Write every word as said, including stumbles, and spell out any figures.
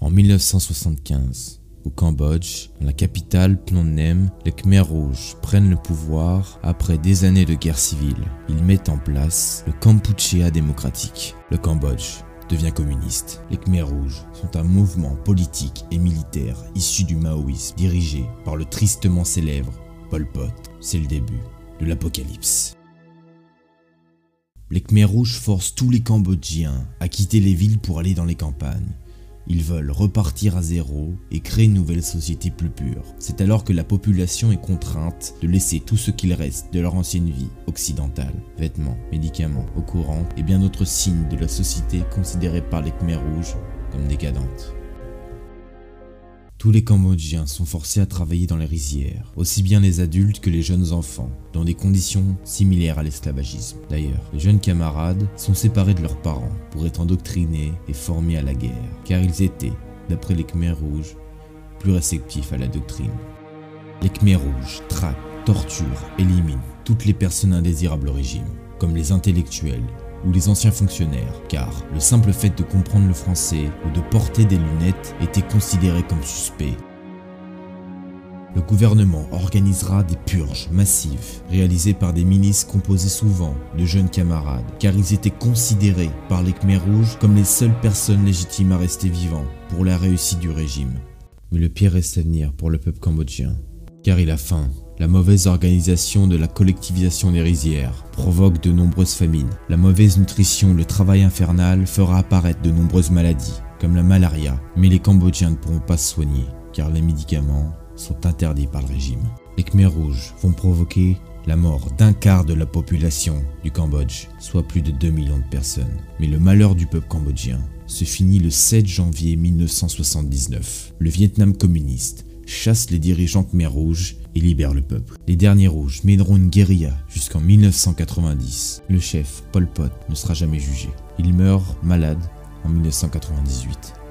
En mille neuf cent soixante-quinze, au Cambodge, dans la capitale Phnom Penh, les Khmers rouges prennent le pouvoir après des années de guerre civile. Ils mettent en place le Kampuchea démocratique. Le Cambodge devient communiste. Les Khmers rouges sont un mouvement politique et militaire issu du maoïsme, dirigé par le tristement célèbre Pol Pot. C'est le début de l'apocalypse. Les Khmers rouges forcent tous les Cambodgiens à quitter les villes pour aller dans les campagnes. Ils veulent repartir à zéro et créer une nouvelle société plus pure. C'est alors que la population est contrainte de laisser tout ce qu'il reste de leur ancienne vie occidentale. Vêtements, médicaments, eau courante et bien d'autres signes de la société considérés par les Khmers rouges comme décadentes. Tous les Cambodgiens sont forcés à travailler dans les rizières, aussi bien les adultes que les jeunes enfants, dans des conditions similaires à l'esclavagisme. D'ailleurs, les jeunes camarades sont séparés de leurs parents pour être endoctrinés et formés à la guerre, car ils étaient, d'après les Khmers rouges, plus réceptifs à la doctrine. Les Khmers rouges traquent, torturent, éliminent toutes les personnes indésirables au régime, comme les intellectuels, ou les anciens fonctionnaires, car le simple fait de comprendre le français ou de porter des lunettes était considéré comme suspect. Le gouvernement organisera des purges massives, réalisées par des milices composées souvent de jeunes camarades, car ils étaient considérés par les Khmers rouges comme les seules personnes légitimes à rester vivants pour la réussite du régime. Mais le pire reste à venir pour le peuple cambodgien, car il a faim. La mauvaise organisation de la collectivisation des rizières provoque de nombreuses famines. La mauvaise nutrition et le travail infernal fera apparaître de nombreuses maladies, comme la malaria, mais les Cambodgiens ne pourront pas se soigner, car les médicaments sont interdits par le régime. Les Khmers rouges vont provoquer la mort d'un quart de la population du Cambodge, soit plus de deux millions de personnes. Mais le malheur du peuple cambodgien se finit le sept janvier mille neuf cent soixante-dix-neuf. Le Vietnam communiste chasse les dirigeants Khmers rouges et libère le peuple. Les derniers rouges mèneront une guérilla jusqu'en mille neuf cent quatre-vingt-dix. Le chef, Pol Pot, ne sera jamais jugé. Il meurt malade en mille neuf cent quatre-vingt-dix-huit.